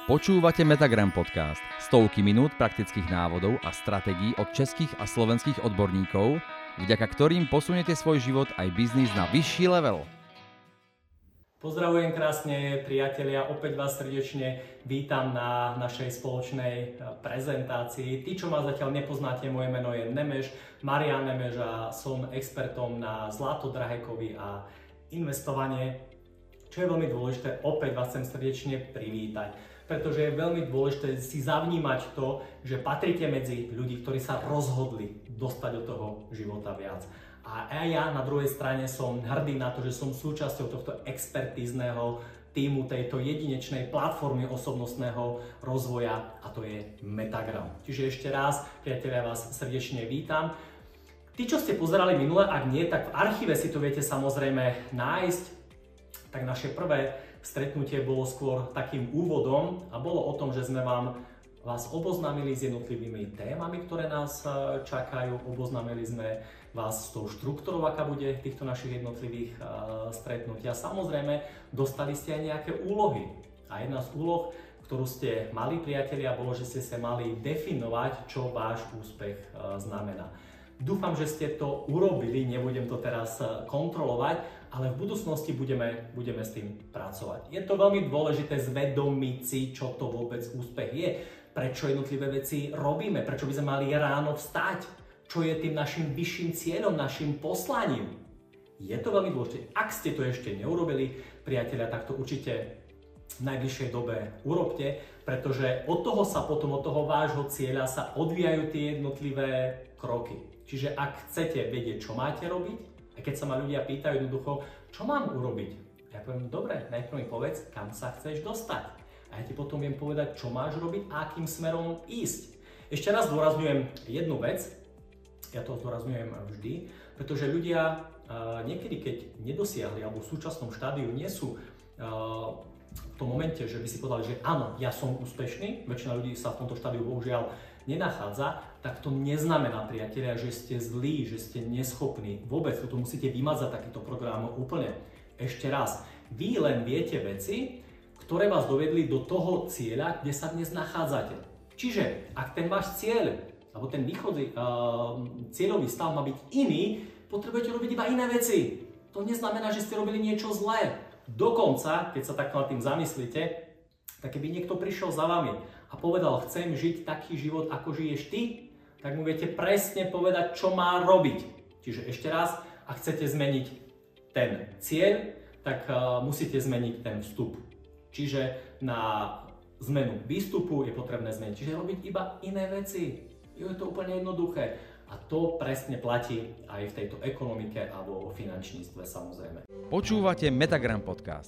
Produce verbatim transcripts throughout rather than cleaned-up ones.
Počúvate Metagram podcast. Stovky minút praktických návodov a stratégií od českých a slovenských odborníkov, vďaka ktorým posuniete svoj život aj biznis na vyšší level. Pozdravujem krásne, priatelia, opäť vás srdečne vítam na našej spoločnej prezentácii. Tí, čo ma zatiaľ nepoznáte, moje meno je Nemeš, Marián Nemeš a som expertom na zlato, drahé kovy a investovanie. Čo je veľmi dôležité, opäť vás chcem srdečne privítať. Pretože je veľmi dôležité si zavnímať to, že patríte medzi ľudí, ktorí sa rozhodli dostať do toho života viac. A aj ja na druhej strane som hrdý na to, že som súčasťou tohto expertízneho týmu, tejto jedinečnej platformy osobnostného rozvoja, a to je Metagram. Čiže ešte raz, priatelia, vás srdečne vítam. Tí, čo ste pozerali minule, ak nie, tak v archíve si to viete samozrejme nájsť. Tak naše prvé stretnutie bolo skôr takým úvodom a bolo o tom, že sme vám vás oboznámili s jednotlivými témami, ktoré nás čakajú. Oboznámili sme vás s tou štruktúrou, aká bude týchto našich jednotlivých uh, stretnutí. A samozrejme, dostali ste aj nejaké úlohy. A jedna z úloh, ktorú ste mali, priatelia, bolo, že ste sa mali definovať, čo váš úspech uh, znamená. Dúfam, že ste to urobili, nebudem to teraz kontrolovať, ale v budúcnosti budeme, budeme s tým pracovať. Je to veľmi dôležité zvedomiť si, čo to vôbec úspech je, prečo jednotlivé veci robíme, prečo by sme mali ráno vstať, čo je tým našim vyšším cieľom, našim poslaním. Je to veľmi dôležité. Ak ste to ešte neurobili, priatelia, tak to určite v najbližšej dobe urobte, pretože od toho sa potom, od toho vášho cieľa sa odvíjajú tie jednotlivé kroky. Čiže ak chcete vedieť, čo máte robiť, a keď sa ma ľudia pýtajú jednoducho, čo mám urobiť, ja poviem, dobre, najprv mi povedz, kam sa chceš dostať. A ja ti potom viem povedať, čo máš robiť a akým smerom ísť. Ešte raz zdôrazňujem jednu vec, ja to zdôrazňujem vždy, pretože ľudia uh, niekedy, keď nedosiahli alebo v súčasnom štádiu nie sú uh, v tom momente, že by si povedali, že áno, ja som úspešný, väčšina ľudí sa v tomto štádiu bohužiaľ nenachádza, tak to neznamená, priatelia, že ste zlí, že ste neschopní. Vôbec to musíte vymazať takýto program úplne. Ešte raz, vy len viete veci, ktoré vás dovedli do toho cieľa, kde sa dnes nachádzate. Čiže ak ten váš cieľ, alebo ten východný, uh, cieľový stav má byť iný, potrebujete robiť iba iné veci. To neznamená, že ste robili niečo zlé. Dokonca, keď sa tak nad tým zamyslíte, tak keby niekto prišiel za vami a povedal, chcem žiť taký život, ako žiješ ty, tak mu viete presne povedať, čo má robiť. Čiže ešte raz, ak chcete zmeniť ten cieľ, tak uh, musíte zmeniť ten vstup. Čiže na zmenu výstupu je potrebné zmeniť. Čiže robiť iba iné veci. Je to úplne jednoduché. A to presne platí aj v tejto ekonomike alebo o finančníctve, samozrejme. Počúvate Metagram podcast.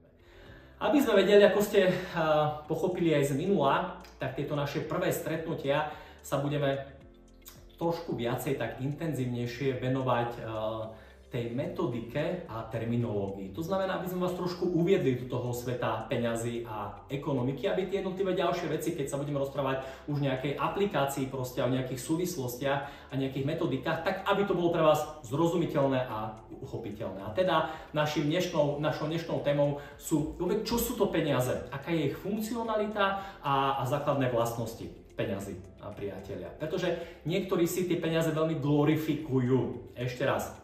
Aby sme vedeli, ako ste uh, pochopili aj z minula, tak tieto naše prvé stretnutia sa budeme trošku viacej, tak intenzívnejšie venovať uh, tej metodike a terminológii. To znamená, aby sme vás trošku uviedli do toho sveta peňazí a ekonomiky, aby tie jednotlivé ďalšie veci, keď sa budeme rozprávať už v nejakej aplikácii, proste o nejakých súvislostiach a nejakých metodikách, tak aby to bolo pre vás zrozumiteľné a uchopiteľné. A teda našim dnešnou, našou dnešnou témou sú, čo sú to peniaze, aká je ich funkcionalita a, a základné vlastnosti peňazí a priatelia. Pretože niektorí si tie peniaze veľmi glorifikujú. Ešte raz.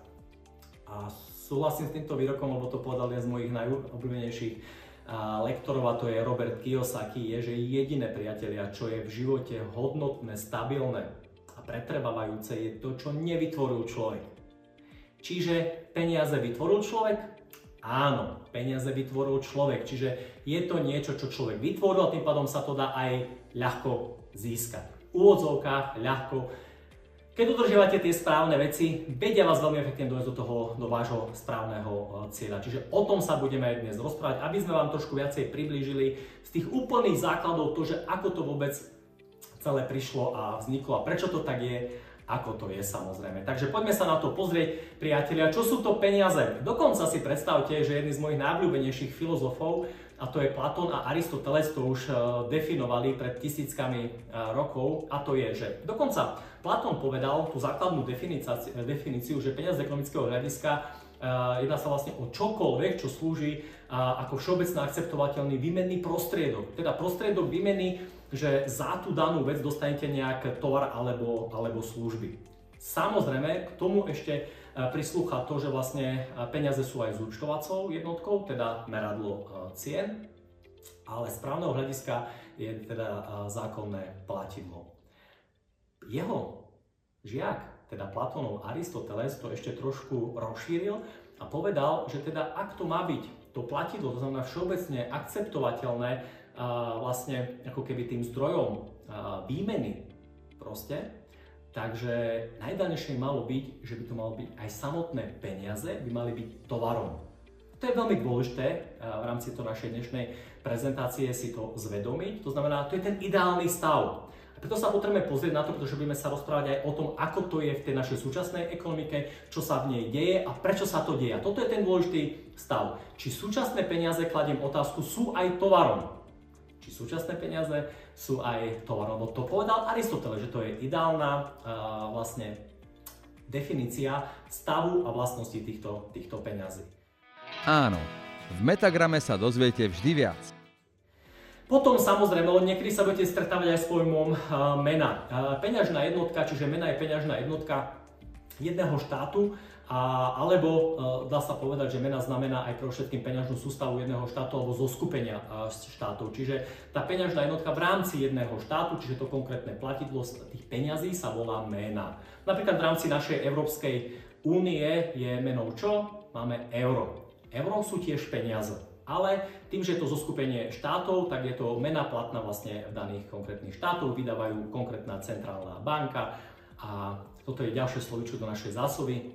A súhlasím s týmto výrokom, lebo to povedal jeden z mojich najobľúbenejších lektorov, a to je Robert Kiyosaki, je, že jediné, priatelia, čo je v živote hodnotné, stabilné a pretrvávajúce, je to, čo nevytvoril človek. Čiže peniaze vytvoril človek? Áno, peniaze vytvoril človek, čiže je to niečo, čo človek vytvoril a tým pádom sa to dá aj ľahko získať. V úvodzovkách ľahko. Keď udržiavate tie správne veci, vedia vás veľmi efektívne dojsť do toho, do vášho správneho cieľa. Čiže o tom sa budeme aj dnes rozprávať, aby sme vám trošku viacej priblížili z tých úplných základov to, že ako to vôbec celé prišlo a vzniklo a prečo to tak je, ako to je, samozrejme. Takže poďme sa na to pozrieť, priatelia, čo sú to peniaze. Dokonca si predstavte, že jedný z mojich najobľúbenejších filozofov, a to je Platón a Aristoteles, to už definovali pred tisíckami rokov, a to je, že dokonca Platón povedal tú základnú definíciu, že peniaze z ekonomického hľadiska jedná sa vlastne o čokoľvek, čo slúži ako všeobecne akceptovateľný výmenný prostriedok. Teda prostriedok výmeny, že za tú danú vec dostanete nejak tovar alebo, alebo služby. Samozrejme, k tomu ešte prislúcha to, že vlastne peniaze sú aj zúčtovacou jednotkou, teda meradlo cien, ale z právneho hľadiska je teda zákonné platidlo. Jeho žiak, teda Platónov Aristoteles, to ešte trošku rozšíril a povedal, že teda ak to má byť to platidlo, to znamená všeobecne akceptovateľné a vlastne ako keby tým zdrojom výmeny proste, takže najideálnejšie malo byť, že by to malo byť aj samotné peniaze, by mali byť tovarom. To je veľmi dôležité v rámci to našej dnešnej prezentácie si to zvedomiť, to znamená, to je ten ideálny stav. A preto sa potrebujeme pozrieť na to, pretože budeme sa rozprávať aj o tom, ako to je v tej našej súčasnej ekonomike, čo sa v nej deje a prečo sa to deje. A toto je ten dôležitý stav. Či súčasné peniaze, kladiem otázku, sú aj tovarom. Či súčasné peniaze sú aj tovarom. Lebo to povedal Aristoteles, že to je ideálna uh, vlastne definícia stavu a vlastnosti týchto, týchto peňazí. Áno, v Metagrame sa dozviete vždy viac. Potom samozrejme, niekedy sa budete stretávať aj s pojmom uh, mena. Uh, peňažná jednotka, čiže mena je peňažná jednotka jedného štátu, a, alebo uh, dá sa povedať, že mena znamená aj pre všetkým peňažnú sústavu jedného štátu alebo zoskupenia uh, štátov. Čiže tá peňažná jednotka v rámci jedného štátu, čiže to konkrétne platidlo tých peňazí sa volá mena. Napríklad v rámci našej Európskej únie je menou čo? Máme euro. Euro sú tiež peniaze. Ale tým, že je to zoskupenie štátov, tak je to mena platná vlastne v daných konkrétnych štátoch, vydávajú konkrétna centrálna banka a toto je ďalšie slovíčko do našej zásoby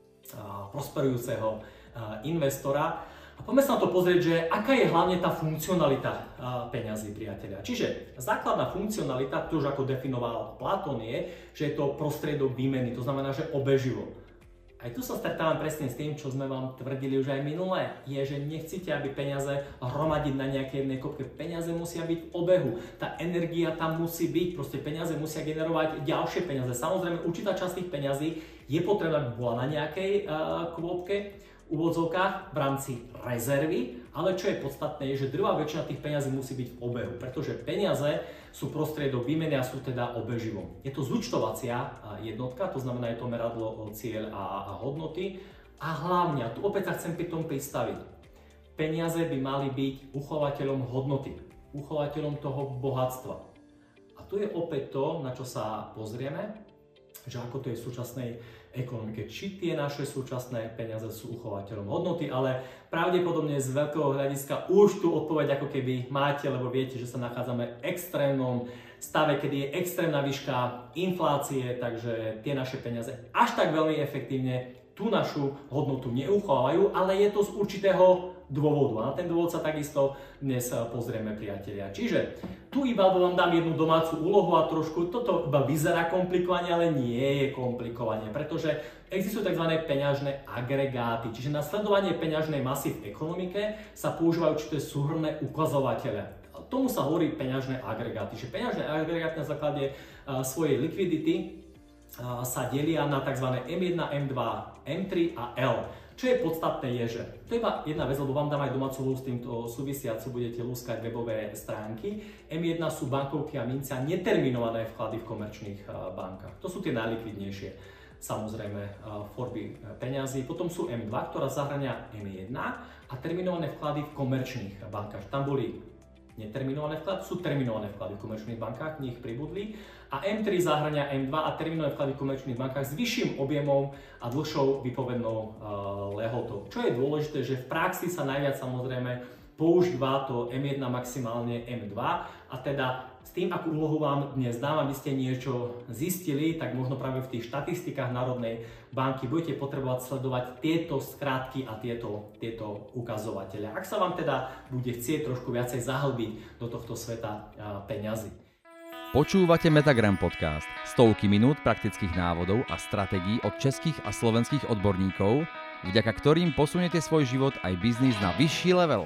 a, prosperujúceho a, investora. A poďme sa na to pozrieť, že aká je hlavne tá funkcionalita a, peňazí, priatelia. Čiže základná funkcionalita, to už ako definoval Platón, je, že je to prostriedok výmeny, to znamená, že obeživo. Aj tu sa stretávam presne s tým, čo sme vám tvrdili už aj minulé, je, že nechcete, aby peniaze hromadiť na nejakej jednej kopke. Peniaze musia byť v obehu, tá energia tam musí byť, proste peniaze musia generovať ďalšie peniaze. Samozrejme, určitá časť tých peňazí je potrebná, aby bola na nejakej uh, kôpke, úvodzovkách v rámci rezervy, ale čo je podstatné, je, že drvá väčšina tých peňazí musí byť v obehu, pretože peniaze sú prostriedok výmeny a sú teda obeživom. Je to zúčtovacia jednotka, to znamená, je to meradlo cieľ a, a hodnoty. A hlavne, a tu opäť sa chcem pri tom pristaviť, peniaze by mali byť uchovateľom hodnoty, uchovateľom toho bohatstva. A tu je opäť to, na čo sa pozrieme, že ako to je v súčasnej ekonomike, či tie naše súčasné peniaze sú uchovateľom hodnoty, ale pravdepodobne z veľkého hľadiska už tú odpoveď ako keby máte, lebo viete, že sa nachádzame v extrémnom stave, kedy je extrémna výška inflácie, takže tie naše peniaze až tak veľmi efektívne tú našu hodnotu neuchovajú, ale je to z určitého dôvodu. A na ten dôvod sa takisto dnes pozrieme, priatelia. Čiže tu iba vám dám jednu domácu úlohu a trošku toto iba vyzerá komplikovane, ale nie je komplikovanie, pretože existujú tzv. Peňažné agregáty. Čiže na sledovanie peňažnej masy v ekonomike sa používajú určité súhrnné ukazovatele. Tomu sa hovorí peňažné agregáty. Čiže peňažné agregáty na základe uh, svojej likvidity uh, sa delia na tzv. em jedna, em dva, em tri a L. Čo je podstatné je, že to je iba jedna vec, lebo vám dám aj domácu úlohu s týmto súvisiacu, budete lúskať webové stránky. em jedna sú bankovky a mince a neterminované vklady v komerčných uh, bankách. To sú tie najlikvidnejšie, samozrejme, uh, formy peňazí. Potom sú em dva, ktorá zahrania em jedna a terminované vklady v komerčných bankách. Tam boli neterminované vklady, sú terminované vklady v komerčných bankách, v nich pribudli. A em tri zahrania em dva a terminované vklady v komerčných bankách s vyšším objemom a dlhšou výpovednou uh, lehotou. Čo je dôležité, že v praxi sa najviac samozrejme používa to em jedna, maximálne em dva a teda s tým, akú úlohu vám dnes dám, aby ste niečo zistili, tak možno práve v tých štatistikách Národnej banky budete potrebovať sledovať tieto skrátky a tieto, tieto ukazovatele. Ak sa vám teda bude chcieť trošku viacej zahlbiť do tohto sveta peňazí. Počúvate Metagram podcast. Stovky minút praktických návodov a stratégií od českých a slovenských odborníkov, vďaka ktorým posuniete svoj život aj biznis na vyšší level.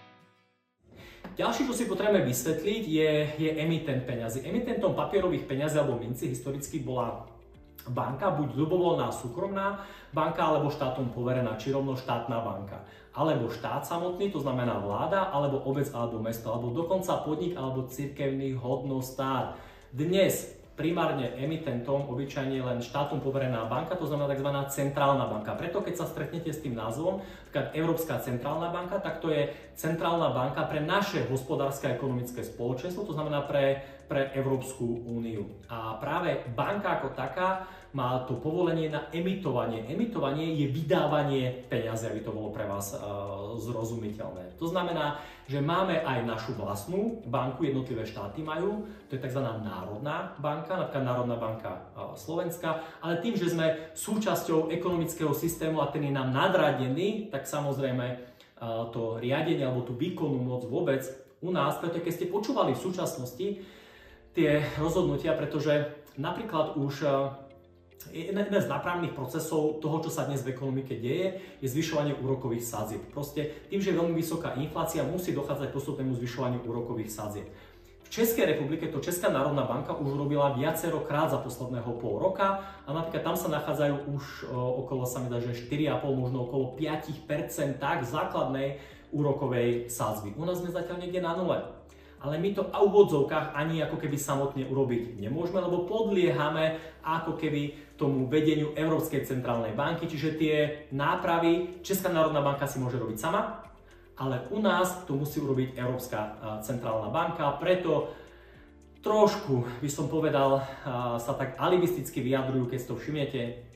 Ďalšie, čo si potrebujeme vysvetliť, je, je emitent peňazí. Emitentom papierových peňazí alebo minci historicky bola banka, buď ľubovoľná súkromná banka, alebo štátom poverená, či rovno štátna banka. Alebo štát samotný, to znamená vláda, alebo obec, alebo mesto, alebo dokonca podnik, alebo cirkevný hodnostár. Dnes primárne emitentom obyčajne len štátom poverená banka, to znamená tzv. Centrálna banka. Preto keď sa stretnete s tým názvom, napríklad Európska centrálna banka, tak to je centrálna banka pre naše hospodárske a ekonomické spoločenstvo, to znamená pre, pre Európsku úniu. A práve banka ako taká má to povolenie na emitovanie. Emitovanie je vydávanie peňazí, aby to bolo pre vás uh, zrozumiteľné. To znamená, že máme aj našu vlastnú banku, jednotlivé štáty majú, to je tzv. Národná banka, napríklad Národná banka uh, Slovenska, ale tým, že sme súčasťou ekonomického systému a ten je nám nadradený, tak samozrejme uh, to riadenie alebo tú výkonnú moc vôbec u nás, preto keď ste počúvali v súčasnosti tie rozhodnutia, pretože napríklad už uh, jeden z nápravných procesov toho, čo sa dnes v ekonomike deje, je zvyšovanie úrokových sadzieb. Proste tým, že je veľmi vysoká inflácia, musí dochádzať k postupnému zvyšovaniu úrokových sadzieb. V Českej republike to Česká národná banka už robila viacerokrát za posledného pol roka a napríklad tam sa nachádzajú už okolo, sa mi dá, že štyri a pol, možno okolo päť percent základnej úrokovej sadzby. U nás sme zatiaľ niekde na nule. Ale my to v úvodzovkách ani ako keby samotne urobiť nemôžeme, lebo podliehame ako keby tomu vedeniu Európskej centrálnej banky, čiže tie nápravy Česká národná banka si môže robiť sama, ale u nás to musí urobiť Európska centrálna banka, preto trošku by som povedal, sa tak alibisticky vyjadrujú, keď si to všimnete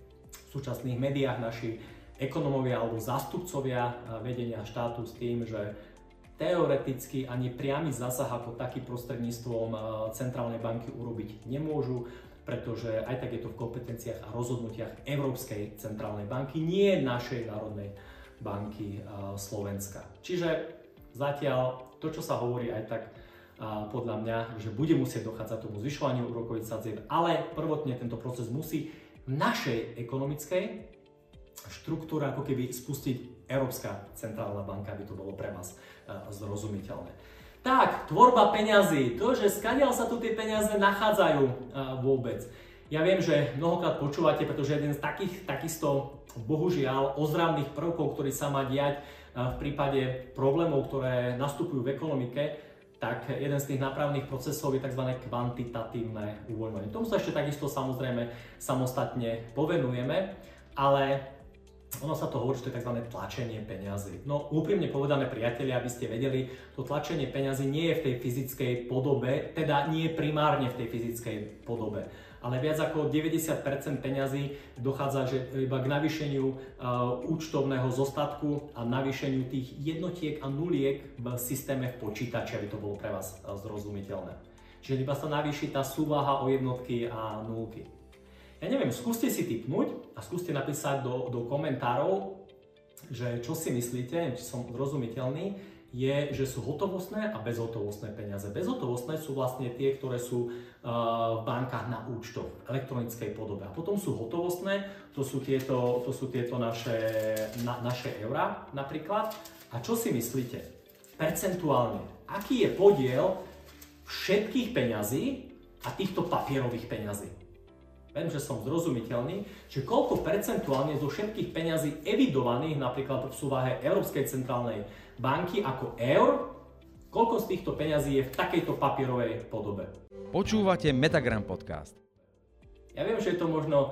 v súčasných médiách naši ekonomovia alebo zástupcovia vedenia štátu s tým, že teoreticky ani priamy zásah ako taký prostredníctvom centrálnej banky urobiť nemôžu, pretože aj tak je to v kompetenciách a rozhodnutiach Európskej centrálnej banky, nie našej národnej banky Slovenska. Čiže zatiaľ to, čo sa hovorí, aj tak podľa mňa, že bude musieť dochádzať tomu zvyšovaniu úrokových sadzieb, ale prvotne tento proces musí v našej ekonomickej štruktúre ako keby spustiť Európska centrálna banka, aby to bolo pre vás zrozumiteľné. Tak, tvorba peňazí, to, že skadiaľ sa tu tie peniaze nachádzajú vôbec. Ja viem, že mnohokrát počúvate, pretože jeden z takých, takisto bohužiaľ ozdravných prvkov, ktorý sa má diať v prípade problémov, ktoré nastupujú v ekonomike, tak jeden z tých nápravných procesov je tzv. Kvantitatívne uvoľňovanie. Tomu sa ešte takisto samozrejme samostatne povenujeme, ale ono sa to hovorí, že to je tzv. Tlačenie peňazí. No úprimne povedané, priatelia, aby ste vedeli, to tlačenie peňazí nie je v tej fyzickej podobe, teda nie je primárne v tej fyzickej podobe, ale viac ako deväťdesiat percent peňazí dochádza že iba k navýšeniu uh, účtovného zostatku a navýšeniu tých jednotiek a nuliek v systéme v počítači, aby to bolo pre vás uh, zrozumiteľné. Čiže iba sa navýši tá súvaha o jednotky a nulky. Ja neviem, skúste si tipnúť a skúste napísať do, do komentárov, že čo si myslíte, či som zrozumiteľný, je, že sú hotovostné a bezhotovostné peniaze. Bezhotovostné sú vlastne tie, ktoré sú uh, v bankách na účtoch v elektronickej podobe. A potom sú hotovostné, to sú tieto, to sú tieto naše, na, naše eurá napríklad. A čo si myslíte? Percentuálne, aký je podiel všetkých peňazí a týchto papierových peňazí? Viem, že som zrozumiteľný, že koľko percentuálne zo všetkých peňazí evidovaných napríklad v súvahe Európskej centrálnej banky ako eur, koľko z týchto peňazí je v takejto papierovej podobe. Počúvate Metagram podcast. Ja viem, že je to možno uh,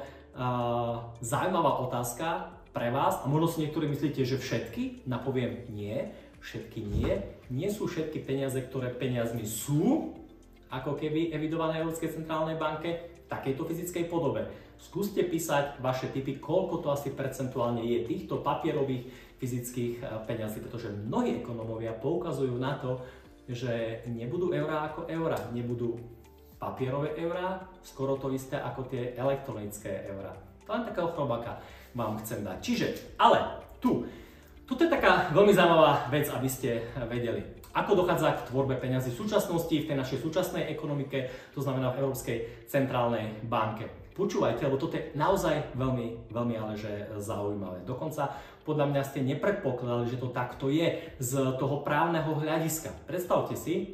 zaujímavá otázka pre vás a možno si niektorí myslíte, že všetky, napoviem nie, všetky nie, nie sú všetky peniaze, ktoré peniazmi sú, ako keby evidované Európskej centrálnej banke, v takejto fyzickej podobe. Skúste písať vaše tipy, koľko to asi percentuálne je týchto papierových fyzických peňazí, pretože mnohí ekonómovia poukazujú na to, že nebudú eurá ako eurá, nebudú papierové eurá, skoro to isté ako tie elektronické eurá. To len taká ochrobaka vám chcem dať. Čiže, ale tu, tu je taká veľmi zaujímavá vec, aby ste vedeli. Ako dochádza k tvorbe peňazí v súčasnosti, v tej našej súčasnej ekonomike, to znamená v Európskej centrálnej banke. Počúvajte, lebo toto je naozaj veľmi, veľmi ale že zaujímavé. Dokonca podľa mňa ste nepredpokladali, že to takto je z toho právneho hľadiska. Predstavte si,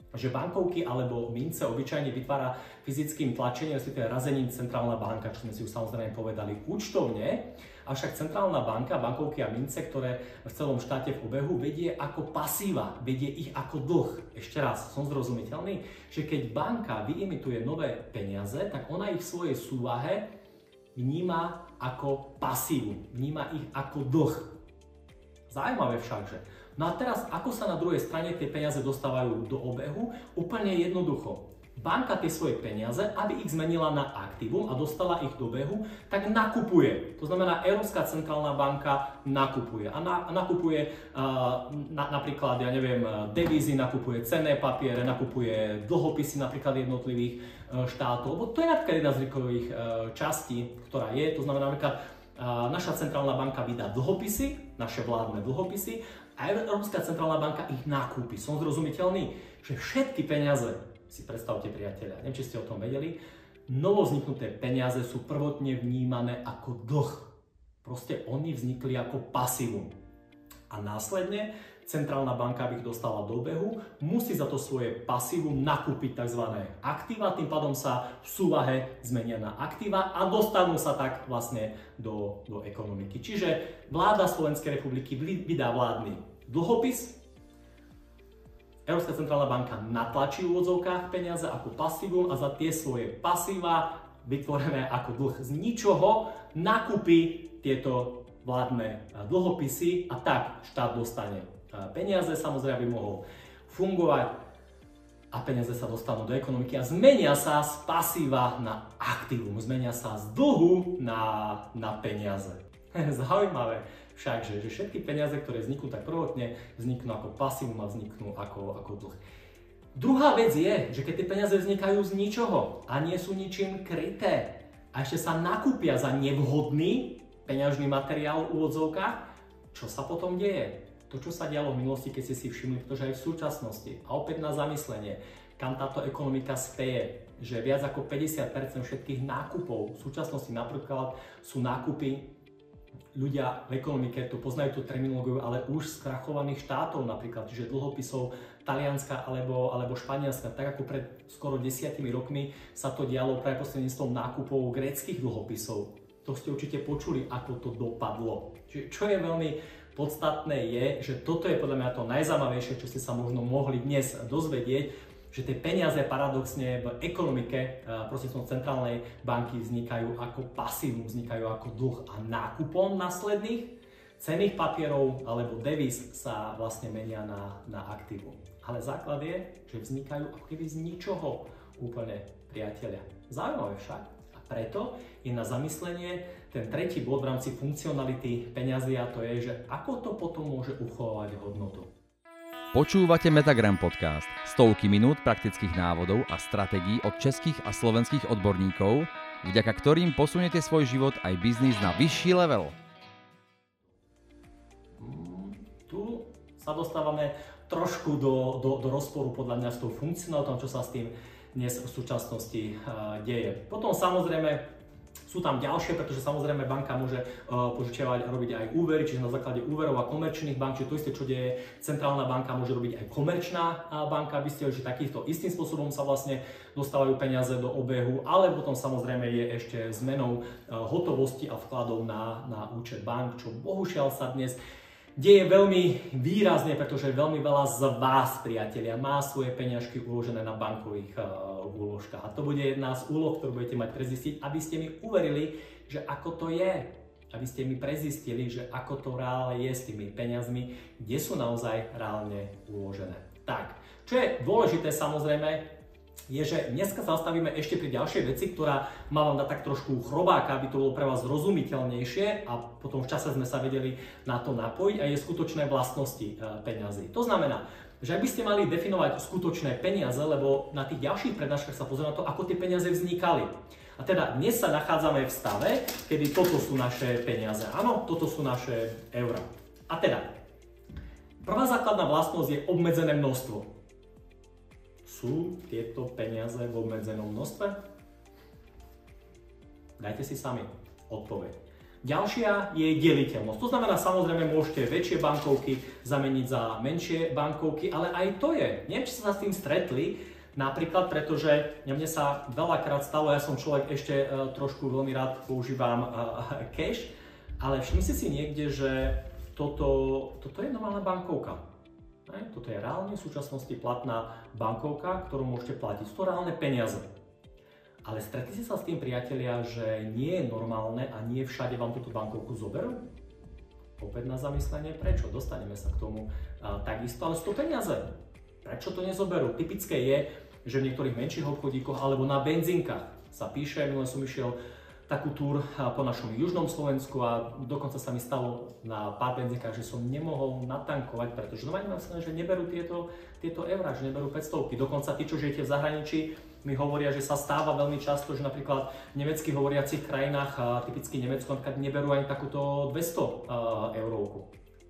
že bankovky alebo mince obyčajne vytvára fyzickým tlačením, respektíve razením centrálna banka, čo sme si už samozrejme povedali účtovne. Avšak centrálna banka, bankovky a mince, ktoré v celom štáte v obehu, vedie ako pasíva, vedie ich ako dlh. Ešte raz, som zrozumiteľný, že keď banka vyimituje nové peniaze, tak ona ich v svojej súvahe vníma ako pasívu, vníma ich ako dlh. Zaujímavé však, že no a teraz, ako sa na druhej strane tie peniaze dostávajú do obehu? Úplne jednoducho. Banka tie svoje peniaze, aby ich zmenila na aktívum a dostala ich do obehu, tak nakupuje. To znamená, Európska centrálna banka nakupuje. A na, nakupuje uh, na, napríklad, ja neviem, devízy, nakupuje cenné papiere, nakupuje dlhopisy napríklad jednotlivých uh, štátov. Lebo to je napríklad jedna z rizikových uh, častí, ktorá je. To znamená, napríklad uh, naša centrálna banka vydá dlhopisy, naše vládne dlhopisy, a Európska centrálna banka ich nakúpi. Som zrozumiteľný, že všetky peniaze, si predstavte priatelia, neviem, či ste o tom vedeli, novovzniknuté peniaze sú prvotne vnímané ako dlh. Proste oni vznikli ako pasívum. A následne centrálna banka, aby ich dostala do obehu, musí za to svoje pasívum nakúpiť tzv. Aktíva, tým pádom sa v súvahe zmenia na aktíva a dostanú sa tak vlastne do, do ekonomiky. Čiže vláda Slovenskej republiky vydá vládny dlhopis, Európska centrálna banka natlačí v úvodzovkách peniaze ako pasívum a za tie svoje pasíva, vytvorené ako dlh z ničoho, nakúpi tieto vládne dlhopisy a tak štát dostane peniaze, samozrejme by mohol fungovať a peniaze sa dostanú do ekonomiky a zmenia sa z pasíva na aktívum, zmenia sa z dlhu na, na peniaze. Zaujímavé však, že, že všetky peniaze, ktoré vzniknú tak prvotne, vzniknú ako pasívum a vzniknú ako, ako dlh. Druhá vec je, že keď tie peniaze vznikajú z ničoho a nie sú ničím kryté a ešte sa nakúpia za nevhodný peňažný materiál v úvodzovkách, čo sa potom deje? To, čo sa dialo v minulosti, keď ste si všimli, pretože aj v súčasnosti, a opäť na zamyslenie, kam táto ekonomika speje, že viac ako päťdesiat percent všetkých nákupov v súčasnosti napríklad sú nákupy, ľudia v ekonomike to poznajú tú terminológiu, ale už skrachovaných štátov napríklad, čiže dlhopisov Talianska alebo, alebo Španielska, tak ako pred skoro desiatimi rokmi sa to dialo práve prostredníctvom nákupov gréckych dlhopisov. To ste určite počuli, ako to dopadlo. Čiže čo je veľmi podstatné je, že toto je podľa mňa to najzaujímavejšie, čo ste sa možno mohli dnes dozvedieť, že tie peniaze paradoxne v ekonomike prostredníctvom centrálnej banky vznikajú ako pasívum, vznikajú ako dlh a nákupom následných cenných papierov alebo devíz sa vlastne menia na, na aktívum. Ale základ je, že vznikajú ako keby z ničoho úplne, priatelia. Zaujímavé však. A preto je na zamyslenie ten tretí bod v rámci funkcionality peňazí a to je, že ako to potom môže uchovávať hodnotu. Počúvate Metagram podcast. Stovky minút praktických návodov a stratégií od českých a slovenských odborníkov, vďaka ktorým posuniete svoj život aj biznis na vyšší level. Tu sa dostávame trošku do, do, do rozporu podľa mňa s tou funkcionalitou, čo sa s tým dnes v súčasnosti uh, deje. Potom samozrejme sú tam ďalšie, pretože samozrejme banka môže uh, požičiavať a robiť aj úvery, čiže na základe úverov a komerčných bank, čiže to isté, čo deje centrálna banka, môže robiť aj komerčná uh, banka, aby ste že takýmto istým spôsobom sa vlastne dostávajú peniaze do obehu, ale potom samozrejme je ešte zmenou uh, hotovosti a vkladov na, na účet bank, čo bohužiaľ sa dnes deje veľmi výrazne, pretože veľmi veľa z vás, priatelia, má svoje peňažky uložené na bankových uh, úložkách. A to bude jedna z úloh, ktorú budete mať prezistiť, aby ste mi uverili, že ako to je. Aby ste mi prezistili, že ako to reálne je s tými peniazmi, kde sú naozaj reálne uložené. Tak, čo je dôležité samozrejme, je, že dneska sa zastavíme ešte pri ďalšej veci, ktorá má vám dať tak trošku chrobáka, aby to bolo pre vás zrozumiteľnejšie a potom v čase sme sa vedeli na to napojiť a je skutočné vlastnosti peňazí. To znamená, že ak by ste mali definovať skutočné peniaze, lebo na tých ďalších prednáškach sa pozrieme na to, ako tie peniaze vznikali. A teda dnes sa nachádzame v stave, kedy toto sú naše peniaze. Áno, toto sú naše eurá. A teda, prvá základná vlastnosť je obmedzené množstvo. Sú tieto peniaze v obmedzenom množstve? Dajte si sami odpoveď. Ďalšia je deliteľnosť. To znamená, samozrejme, môžete väčšie bankovky zameniť za menšie bankovky, ale aj to je. Neviem, či sa s tým stretli, napríklad, pretože mne sa veľakrát stalo, ja som človek ešte uh, trošku veľmi rád používam uh, cash, ale všimnite si niekde, že toto, toto je normálna bankovka. Ne? Toto je reálne v súčasnosti platná bankovka, ktorú môžete platiť. Sú to reálne peniaze. Ale stretli ste sa s tým, priatelia, že nie je normálne a nie všade vám túto bankovku zoberú? Opäť na zamyslenie, prečo? Dostaneme sa k tomu a, takisto, ale sú to peniaze. Prečo to nezoberú? Typické je, že v niektorých menších obchodíkoch alebo na benzínkach sa píše, minule som išiel takú túr po našom južnom Slovensku a dokonca sa mi stalo na pár benzínkach, že som nemohol natankovať, pretože no mám sa, že neberú tieto, tieto eurá, že neberú päťstovky. Dokonca tí, čo žijete v zahraničí, mi hovoria, že sa stáva veľmi často, že napríklad v nemecky hovoriacich krajinách, typicky Nemecko, neberú ani takúto dvesto eurovku.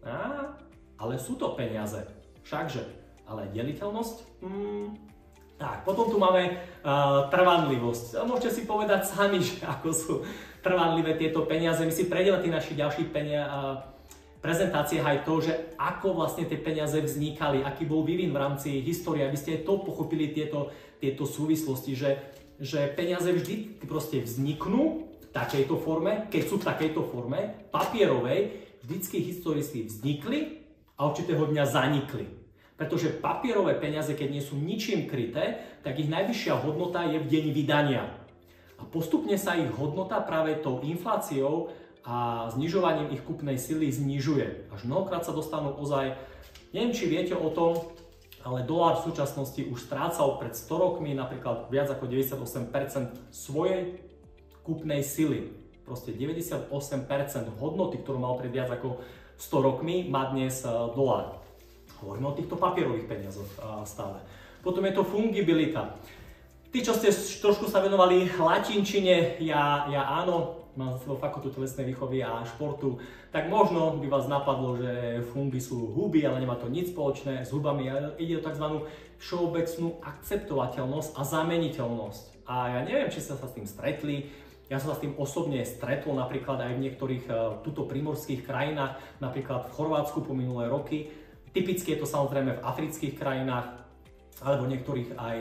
Á, ale sú to peniaze, všakže. Ale deliteľnosť? Hmm. Tak, potom tu máme uh, trvanlivosť. Môžete si povedať sami, že ako sú trvanlivé tieto peniaze. My si prejdeme tie našich ďalších penia, uh, prezentáciách aj to, že ako vlastne tie peniaze vznikali, aký bol vývin v rámci histórie, aby ste aj to pochopili, tieto, tieto súvislosti, že, že peniaze vždy proste vzniknú v takejto forme, keď sú v takejto forme, papierovej, vždycky historicky vznikli a určitého dňa zanikli. Pretože papierové peniaze, keď nie sú ničím kryté, tak ich najvyššia hodnota je v deň vydania. A postupne sa ich hodnota práve tou infláciou a znižovaním ich kúpnej sily znižuje. Až mnohokrát sa dostanú ozaj, neviem, či viete o tom, ale dolár v súčasnosti už strácal pred sto rokmi napríklad viac ako deväťdesiatosem percent svojej kúpnej sily. Proste deväťdesiatosem percent hodnoty, ktorú mal pred viac ako sto rokmi, má dnes dolár. Hovoríme o týchto papierových peniazoch stále. Potom je to fungibilita. Tí, čo ste trošku sa venovali latinčine, ja, ja áno, mám za sebou fakultu telesnej výchovy a športu, tak možno by vás napadlo, že fungy sú huby, ale nemá to nič spoločné s hubami, ale ide o tzv. Všeobecnú akceptovateľnosť a zameniteľnosť. A ja neviem, či ste sa s tým stretli. Ja som sa s tým osobne stretol napríklad aj v niektorých uh, tuto primorských krajinách, napríklad v Chorvátsku po minulé roky. Typicky je to samozrejme v afrických krajinách, alebo niektorých aj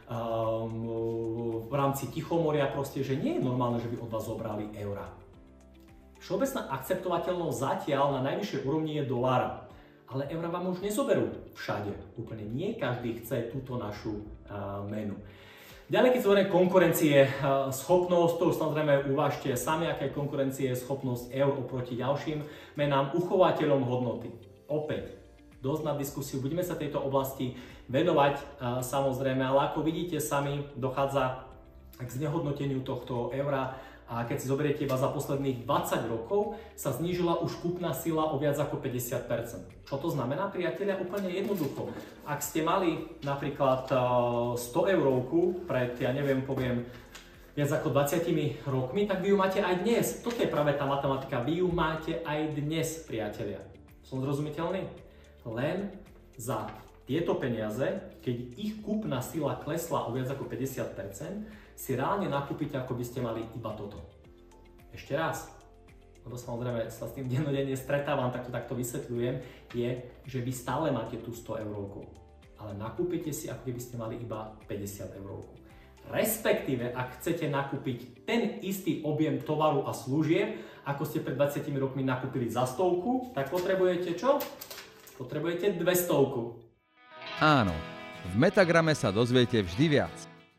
um, v rámci Tichomoria, proste, že nie je normálne, že by od vás zobrali eurá. Všeobecná akceptovateľnosť zatiaľ na najvyššej úrovni je dolára, ale eurá vám už nezoberú všade. Úplne nie každý chce túto našu uh, menu. Ďalej, keď zvorie konkurencie uh, schopnosť, to už samozrejme uvážte sami, aká je konkurencie schopnosť eur oproti ďalším menám, uchovateľom hodnoty. Opäť dosť na diskusiu, budeme sa tejto oblasti venovať uh, samozrejme, ale ako vidíte sami, dochádza k znehodnoteniu tohto eura a keď si zoberiete iba za posledných dvadsať rokov, sa znížila už kúpna sila o viac ako päťdesiat percent. Čo to znamená, priatelia? Úplne jednoducho. Ak ste mali napríklad uh, sto eurovku pred, ja neviem, poviem, viac ako dvadsiatimi rokmi, tak vy ju máte aj dnes. Toto je práve tá matematika, vy ju máte aj dnes, priatelia. Som zrozumiteľný? Len za tieto peniaze, keď ich kúpna sila klesla o viac ako päťdesiat percent, si reálne nakúpite, ako by ste mali iba toto. Ešte raz, lebo samozrejme sa s tým dennodenne stretávam, tak to takto vysvetľujem, je, že vy stále máte tú sto eurovku, ale nakúpite si, ako keby ste mali iba päťdesiat eurovku. Respektíve, ak chcete nakúpiť ten istý objem tovaru a služieb, ako ste pred dvadsiatimi rokmi nakúpili za stovku, tak potrebujete čo? Potrebujete dvestovku. Áno, v Metagrame sa dozviete vždy viac.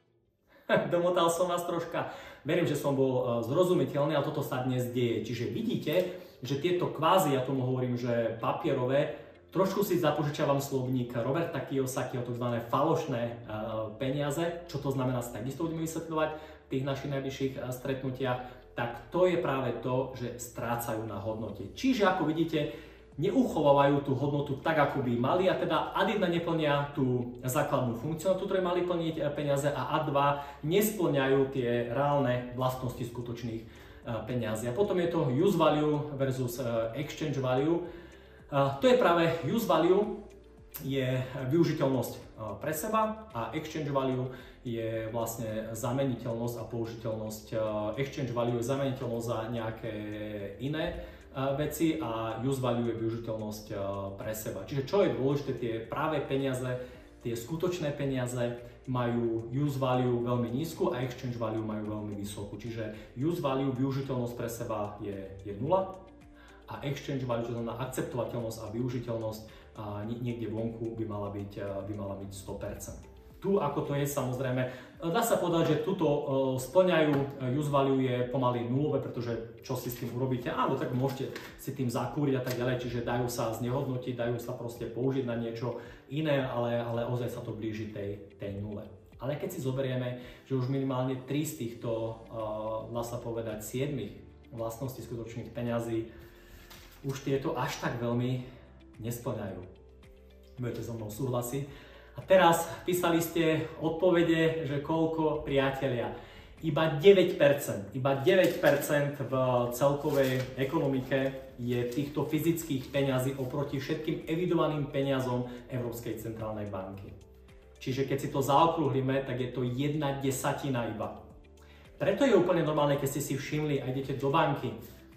Domotal som vás troška. Verím, že som bol zrozumiteľný, ale toto sa dnes deje. Čiže vidíte, že tieto kvázi, ja tomu hovorím, že papierové, trošku si zapožičiavam slovník Roberta Kiyosakiho, tzv. Falošné peniaze. Čo to znamená, si takisto budeme vysvetľovať v tých našich najbližších stretnutiach. Tak to je práve to, že strácajú na hodnote. Čiže ako vidíte, neuchovávajú tú hodnotu tak, ako by mali a teda ad jedna neplnia tú základnú funkciu, ktorú mali plniť peniaze a ad dva nesplňajú tie reálne vlastnosti skutočných peniazí. A potom je to use value versus exchange value. To je práve use value, je využiteľnosť pre seba a exchange value je vlastne zameniteľnosť a použiteľnosť. Exchange value je zameniteľnosť za nejaké iné veci a use value je využiteľnosť pre seba. Čiže čo je dôležité, tie práve peniaze, tie skutočné peniaze majú use value veľmi nízku a exchange value majú veľmi vysokú. Čiže use value, využiteľnosť pre seba je, je nula a exchange value, čo znamená akceptovateľnosť a využiteľnosť a niekde vonku by mala byť, by mala byť sto percent. Tu ako to je, samozrejme, dá sa povedať, že tuto splňajú, use value je pomaly nulové, pretože čo si s tým urobíte, áno, tak môžete si tým zakúriť a tak ďalej, čiže dajú sa znehodnotiť, dajú sa proste použiť na niečo iné, ale, ale ozaj sa to blíži tej, tej nule. Ale keď si zoberieme, že už minimálne tri z týchto, dá sa povedať, siedmich vlastností skutočných peňazí už tieto až tak veľmi nesplňajú. Budete so mnou súhlasiť. A teraz písali ste odpovede, že koľko, priatelia. Iba deväť percent, iba deväť percent v celkovej ekonomike je týchto fyzických peňazí oproti všetkým evidovaným peniazom Európskej centrálnej banky. Čiže keď si to zaokrúhlime, tak je to jedna desatina iba. Preto je úplne normálne, keď ste si všimli a idete do banky.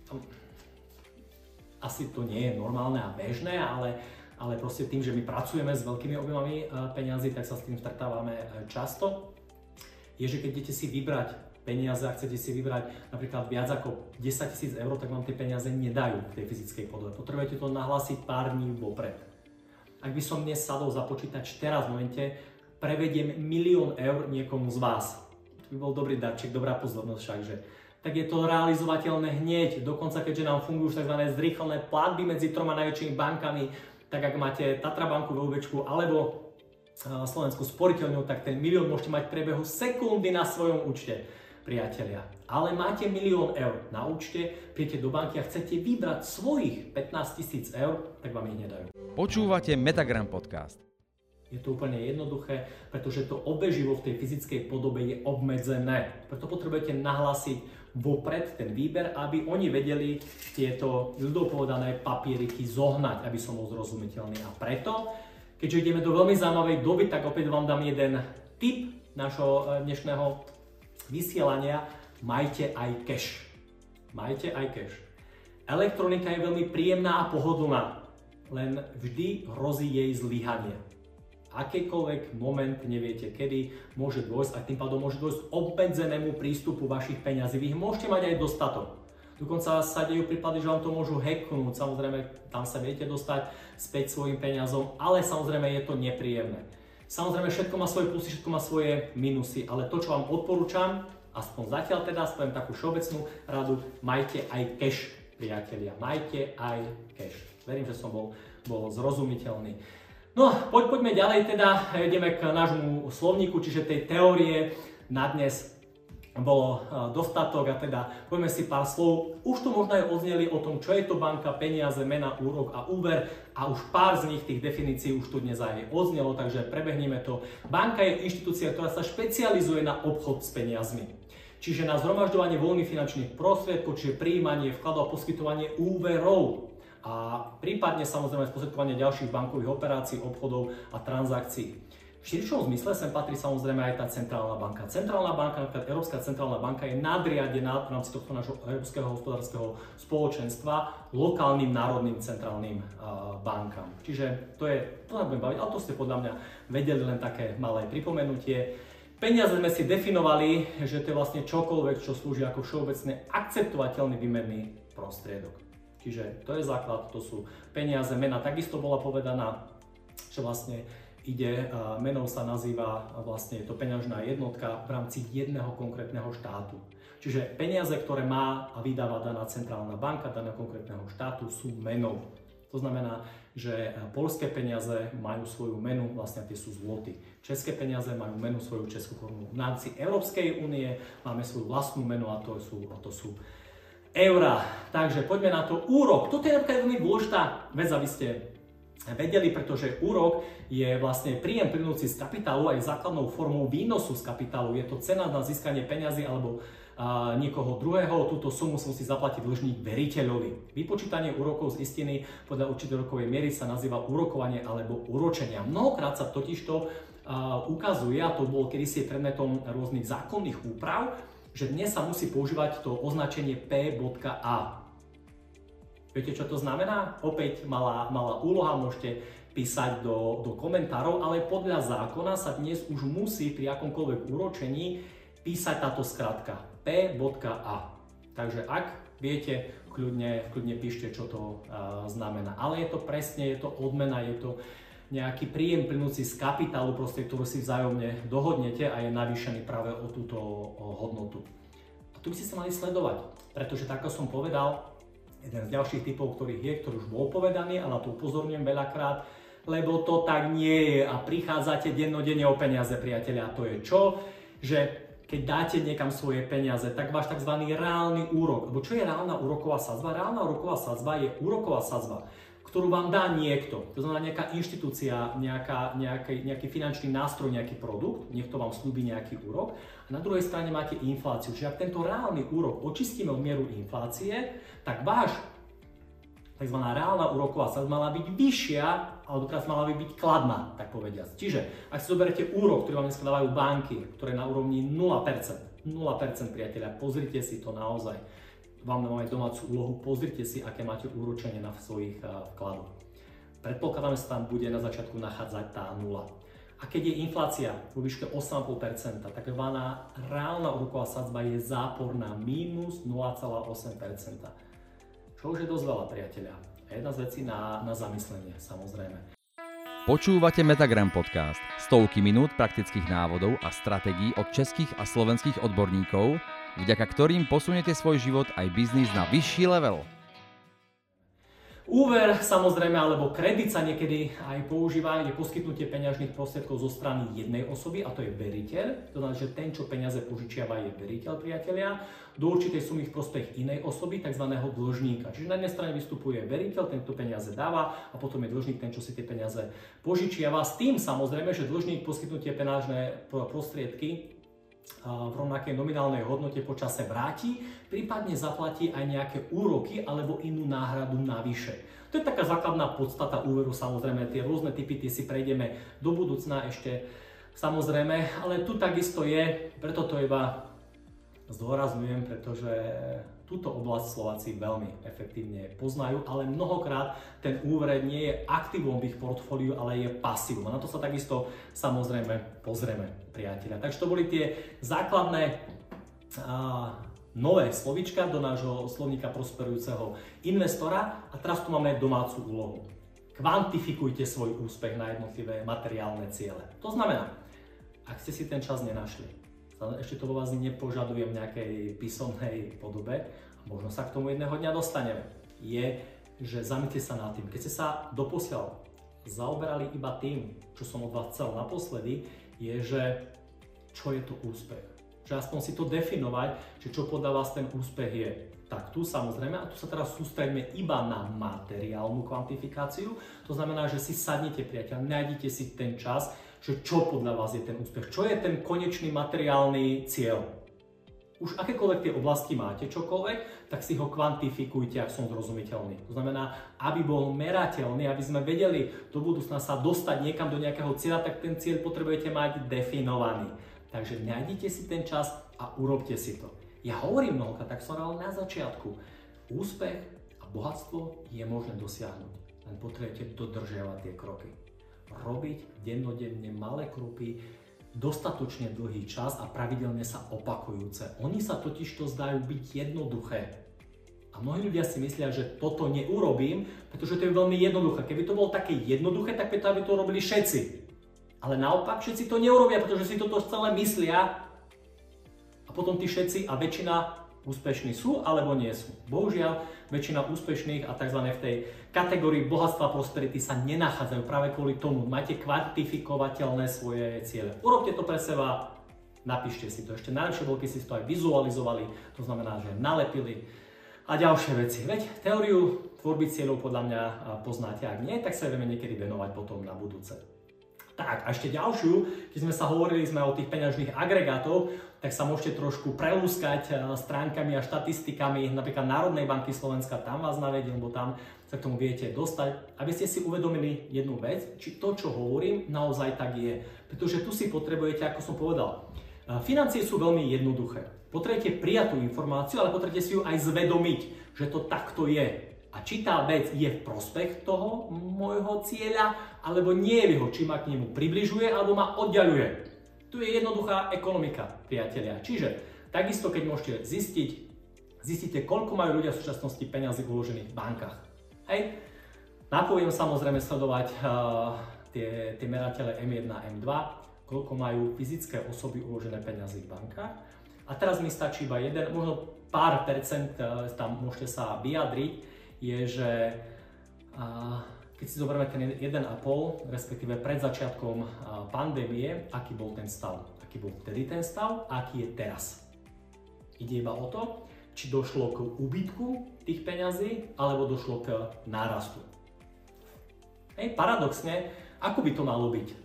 Asi to nie je normálne a bežné, ale ale proste tým, že my pracujeme s veľkými objemami peňazí, tak sa s tým stretávame často. Je, že keď idete si vybrať peniaze a chcete si vybrať napríklad viac ako desaťtisíc eur, tak vám tie peniaze nedajú v tej fyzickej podobe. Potrebujete to nahlásiť pár dní vopred. Ak by som dnes sadol za počítač teraz v momente, prevediem milión eur niekomu z vás. To by bol dobrý darček, dobrá pozornosť všakže. Tak je to realizovateľné hneď. Dokonca, keďže nám fungujú tzv. Zrýchlené platby medzi troma najväčšími bankami, tak ak máte Tatra banku, VÚBčku alebo Slovenskú sporiteľňu, tak ten milión môžete mať v priebehu sekundy na svojom účte, priatelia. Ale máte milión eur na účte, príjete do banky a chcete vybrať svojich pätnásť tisíc eur, tak vám ich nedajú. Počúvate Metagram podcast. Je to úplne jednoduché, pretože to obeživo v tej fyzickej podobe je obmedzené. Preto potrebujete nahlásiť vopred ten výber, aby oni vedeli tieto ľudovo povedané papieriky zohnať, aby som bol zrozumiteľný. A preto, keďže ideme do veľmi zaujímavej doby, tak opäť vám dám jeden tip našho dnešného vysielania. Majte aj cash. Majte aj cash. Elektronika je veľmi príjemná a pohodlná, len vždy hrozí jej zlyhanie. Akýkoľvek moment, neviete kedy, môže dôjsť a tým pádom môže dôjsť k obmedzenému prístupu vašich peňazí. Vy ich môžete mať aj dostatok. Dokonca sa dejú prípady, že vám to môžu hacknúť. Samozrejme, tam sa viete dostať späť svojim peniazom, ale samozrejme je to nepríjemné. Samozrejme, všetko má svoje plusy, všetko má svoje minusy, ale to, čo vám odporúčam, aspoň zatiaľ teda, spoviem takú všeobecnú radu, majte aj cash, priatelia. Majte aj cash. Verím, že som bol, bol zrozumiteľný. No, poď, poďme ďalej teda, ideme k nášmu slovníku, čiže tej teórie na dnes bolo dostatok a teda poďme si pár slov. Už tu možno aj odzneli o tom, čo je to banka, peniaze, mena, úrok a úver a už pár z nich, tých definícií už tu dnes aj odznelo, takže prebehneme to. Banka je inštitúcia, ktorá sa špecializuje na obchod s peniazmi. Čiže na zhromažďovanie voľných finančných prostriedkov, čiže prijímanie vkladov a poskytovanie úverov. A prípadne samozrejme sprostredkovanie ďalších bankových operácií, obchodov a transakcií. V širšom zmysle sem patrí samozrejme aj tá centrálna banka. Centrálna banka, napríklad Európska centrálna banka je nadriadená v rámci tohto nášho Európskeho hospodárskeho spoločenstva lokálnym národným centrálnym uh, bankám. Čiže to je, to nebudem baviť, ale to ste podľa mňa vedeli, len také malé pripomenutie. Peniaze sme si definovali, že to je vlastne čokoľvek, čo slúži ako všeobecne akceptovateľný výmenný prostriedok. Čiže to je základ, to sú peniaze, mena. Takisto bola povedaná, že vlastne ide, menou sa nazýva, vlastne je to peňažná jednotka v rámci jedného konkrétneho štátu. Čiže peniaze, ktoré má a vydáva daná centrálna banka daného konkrétneho štátu, sú menou. To znamená, že poľské peniaze majú svoju menu, vlastne tie sú zloty. České peniaze majú menu, svoju českú korunu. V rámci Európskej únie máme svoju vlastnú menu a to sú, a to sú eurá. Takže poďme na to. Úrok. Toto je napríklad veľmi dôležitá vec, aby ste vedeli, pretože úrok je vlastne príjem plynúci z kapitálu aj základnou formou výnosu z kapitálu. Je to cena na získanie peňazí alebo a, niekoho druhého. Túto sumu musí zaplatiť dlžník veriteľovi. Vypočítanie úrokov z istiny podľa určitej rokovej miery sa nazýva úrokovanie alebo úročenia. Mnohokrát sa totižto a, ukazuje, a to bolo kedysi predmetom rôznych zákonných úprav, že dnes sa musí používať to označenie P bodka A. Viete, čo to znamená? Opäť malá, malá úloha, môžete písať do, do komentárov, ale podľa zákona sa dnes už musí pri akomkoľvek úročení písať táto skratka P bodka A. Takže ak viete, kľudne, kľudne píšte, čo to uh, znamená. Ale je to presne, je to odmena, je to nejaký príjem plynúci z kapitálu, proste, ktorú si vzájomne dohodnete a je navýšený práve o túto o hodnotu. A tu by ste sa mali sledovať, pretože tak, ako som povedal, jeden z ďalších typov, ktorých je, ktorý už bol povedaný, a na to upozorňujem veľakrát, lebo to tak nie je a prichádzate dennodenne o peniaze, priatelia. A to je čo? Že keď dáte niekam svoje peniaze, tak váš tzv. Reálny úrok, lebo čo je reálna úroková sadzba? Reálna úroková sadzba je úroková sadzba, ktorú vám dá niekto. To znamená nejaká inštitúcia, nejaká, nejaký, nejaký finančný nástroj, nejaký produkt, niekto vám slúbi nejaký úrok. A na druhej strane máte infláciu. Čiže ak tento reálny úrok očistíme o mieru inflácie, tak váš tzv. Reálna úroková sadzba mala byť vyššia, alebo teraz mala by byť kladná, tak povediať. Čiže ak si zoberete úrok, ktorý vám dneska dávajú banky, ktoré je na úrovni nula percent, nula percent, priateľia, pozrite si to naozaj. Vám máme domácu úlohu, pozrite si, aké máte úročenie na svojich uh, vkladoch. Predpokladám, že sa tam bude na začiatku nachádzať tá nula. A keď je inflácia vo výške osem celá päť percenta, takzvaná reálna úroková sadzba je záporná mínus nula celá osem percenta. Čo už je dosť veľa, priateľia. A jedna z vecí na, na zamyslenie, samozrejme. Počúvate Metagram podcast. Stovky minút praktických návodov a stratégií od českých a slovenských odborníkov, vďaka ktorým posuniete svoj život aj biznis na vyšší level. Úver, samozrejme, alebo kredit sa niekedy aj používa, je poskytnutie peňažných prostriedkov zo strany jednej osoby, a to je veriteľ. To znamená, že ten, čo peniaze požičiava, je veriteľ, priatelia, do určitej sumy v prospech inej osoby, tzv. Dlžníka. Čiže na jednej strane vystupuje veriteľ, ten, kto peniaze dáva, a potom je dlžník, ten, čo si tie peniaze požičiava. S tým, samozrejme, že dlžník poskytnutie peňažné prostriedky v rovnakej nominálnej hodnote počase vráti, prípadne zaplatí aj nejaké úroky alebo inú náhradu navyše. To je taká základná podstata úveru, samozrejme, tie rôzne typy, tie si prejdeme do budúcna ešte, samozrejme, ale tu takisto je, preto to iba zdôrazňujem, pretože túto oblasť Slováci veľmi efektívne poznajú, ale mnohokrát ten úver nie je aktívom v ich portfóliu, ale je pasívom. A na to sa takisto samozrejme pozrieme, priatelia. Takže to boli tie základné a, nové slovíčka do nášho slovníka prosperujúceho investora. A teraz tu máme domácu úlohu. Kvantifikujte svoj úspech na jednotlivé materiálne ciele. To znamená, ak ste si ten čas nenašli, ešte to vo vás nepožadujem v nejakej písomnej podobe, a možno sa k tomu jedného dňa dostaneme, je, že zamyslite sa nad tým. Keď ste sa doposiaľ zaoberali iba tým, čo som od vás chcel naposledy, je, že čo je to úspech. Že aspoň si to definovať, že čo podľa vás ten úspech je. Tak tu samozrejme, a tu sa teraz sústredíme iba na materiálnu kvantifikáciu, to znamená, že si sadnite, priateľ, nájdite si ten čas, že čo podľa vás je ten úspech, čo je ten konečný materiálny cieľ. Už akékoľvek tie oblasti máte, čokoľvek, tak si ho kvantifikujte, ak som zrozumiteľný. To znamená, aby bol merateľný, aby sme vedeli do budúcna sa dostať niekam do nejakého cieľa, tak ten cieľ potrebujete mať definovaný. Takže nájdite si ten čas a urobte si to. Ja hovorím mnohokrát, tak som hovoril na začiatku, úspech a bohatstvo je možné dosiahnuť, len potrebujete dodržiavať tie kroky. Robiť dennodenne malé krôpy, dostatočne dlhý čas a pravidelne sa opakujúce. Oni sa totižto zdajú byť jednoduché. A mnohí ľudia si myslia, že toto neurobím, pretože to je veľmi jednoduché. Keby to bolo také jednoduché, tak by to, aby to robili všetci. Ale naopak všetci to neurobia, pretože si toto celé myslia. A potom tí všetci a väčšina úspešní sú alebo nie sú. Bohužiaľ, väčšina úspešných a tzv. V tej kategórii bohatstva a prosperity sa nenachádzajú práve kvôli tomu. Máte kvantifikovateľné svoje ciele. Urobte to pre seba, napíšte si to. Ešte najlepšie bolo, keď si to aj vizualizovali, to znamená, že nalepili a ďalšie veci. Veď teóriu tvorby cieľov podľa mňa poznáte, ak nie, tak sa vieme niekedy venovať potom na budúce. Tak, a ešte ďalšiu, keď sme sa hovorili sme o tých peňažných agregátoch, tak sa môžete trošku prelúskať stránkami a štatistikami napríklad Národnej banky Slovenska, tam vás navediem, lebo tam sa k tomu viete dostať, aby ste si uvedomili jednu vec, či to, čo hovorím, naozaj tak je. Pretože tu si potrebujete, ako som povedal, financie sú veľmi jednoduché. Potrebujete prijať tú informáciu, ale potrebujete si ju aj zvedomiť, že to takto je. A či tá vec je v prospech toho môjho cieľa, alebo nie je ho, či ma k nemu približuje, alebo ma oddiaľuje. Tu je jednoduchá ekonomika, priatelia. Čiže takisto, keď môžete zistiť, zistíte, koľko majú ľudia v súčasnosti peňazí uložených v bankách. Hej. Napoviem samozrejme sledovať uh, tie, tie meratele em jeden a em dva, koľko majú fyzické osoby uložené peňazí v bankách. A teraz mi stačí iba jeden, možno pár percent, uh, tam môžete sa vyjadriť, je, že uh, keď si zoberieme ten jeden a pol, respektíve pred začiatkom uh, pandémie, aký bol ten stav, aký bol vtedy ten stav, aký je teraz. Ide iba o to, či došlo k úbytku tých peňazí, alebo došlo k nárastu. Hej, paradoxne, ako by to malo byť?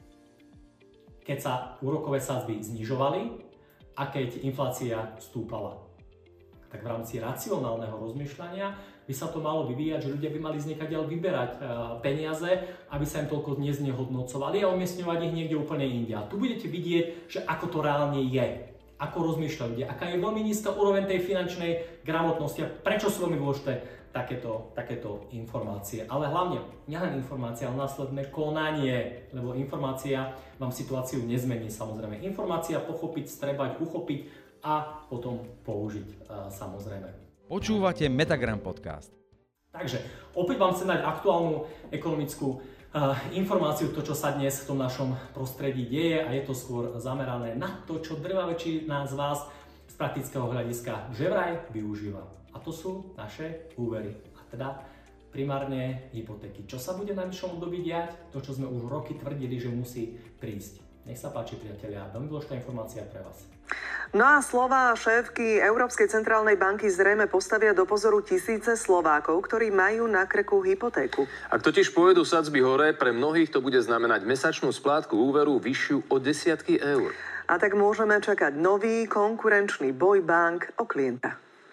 Keď sa úrokové sadzby znižovali a keď inflácia stúpala. Tak v rámci racionálneho rozmýšľania by sa to malo vyvíjať, že ľudia by mali z niekadeľ vyberať peniaze, aby sa im toľko neznehodnocovali a umiestňovať ich niekde úplne inde. A tu budete vidieť, že ako to reálne je. Ako rozmýšľajú ľudia, aká je veľmi nízka úroveň tej finančnej gramotnosti a prečo sú veľmi dôležité takéto, takéto informácie. Ale hlavne, nielen informácia, ale následné konanie, lebo informácia vám situáciu nezmení samozrejme. Informácia pochopiť, strebať, uchopiť a potom použiť samozrejme. Počúvate Metagram podcast. Takže opäť vám chcem dať aktuálnu ekonomickú uh, informáciu, to čo sa dnes v tom našom prostredí deje a je to skôr zamerané na to, čo drvá väčšina z vás z praktického hľadiska že vraj využíva. A to sú naše úvery. A teda primárne hypotéky. Čo sa bude na najbližšom období diať? To, čo sme už roky tvrdili, že musí prísť. Nech sa páči, priatelia, veľmi dôležitá informácia pre vás. No a slová šéfky Európskej centrálnej banky zrejme postavia do pozoru tisíce Slovákov, ktorí majú na krku hypotéku. Ak totiž pôjdu sadzby hore, pre mnohých to bude znamenať mesačnú splátku úveru vyššiu o desiatky eur. A tak môžeme čakať nový konkurenčný boj bank o klienta.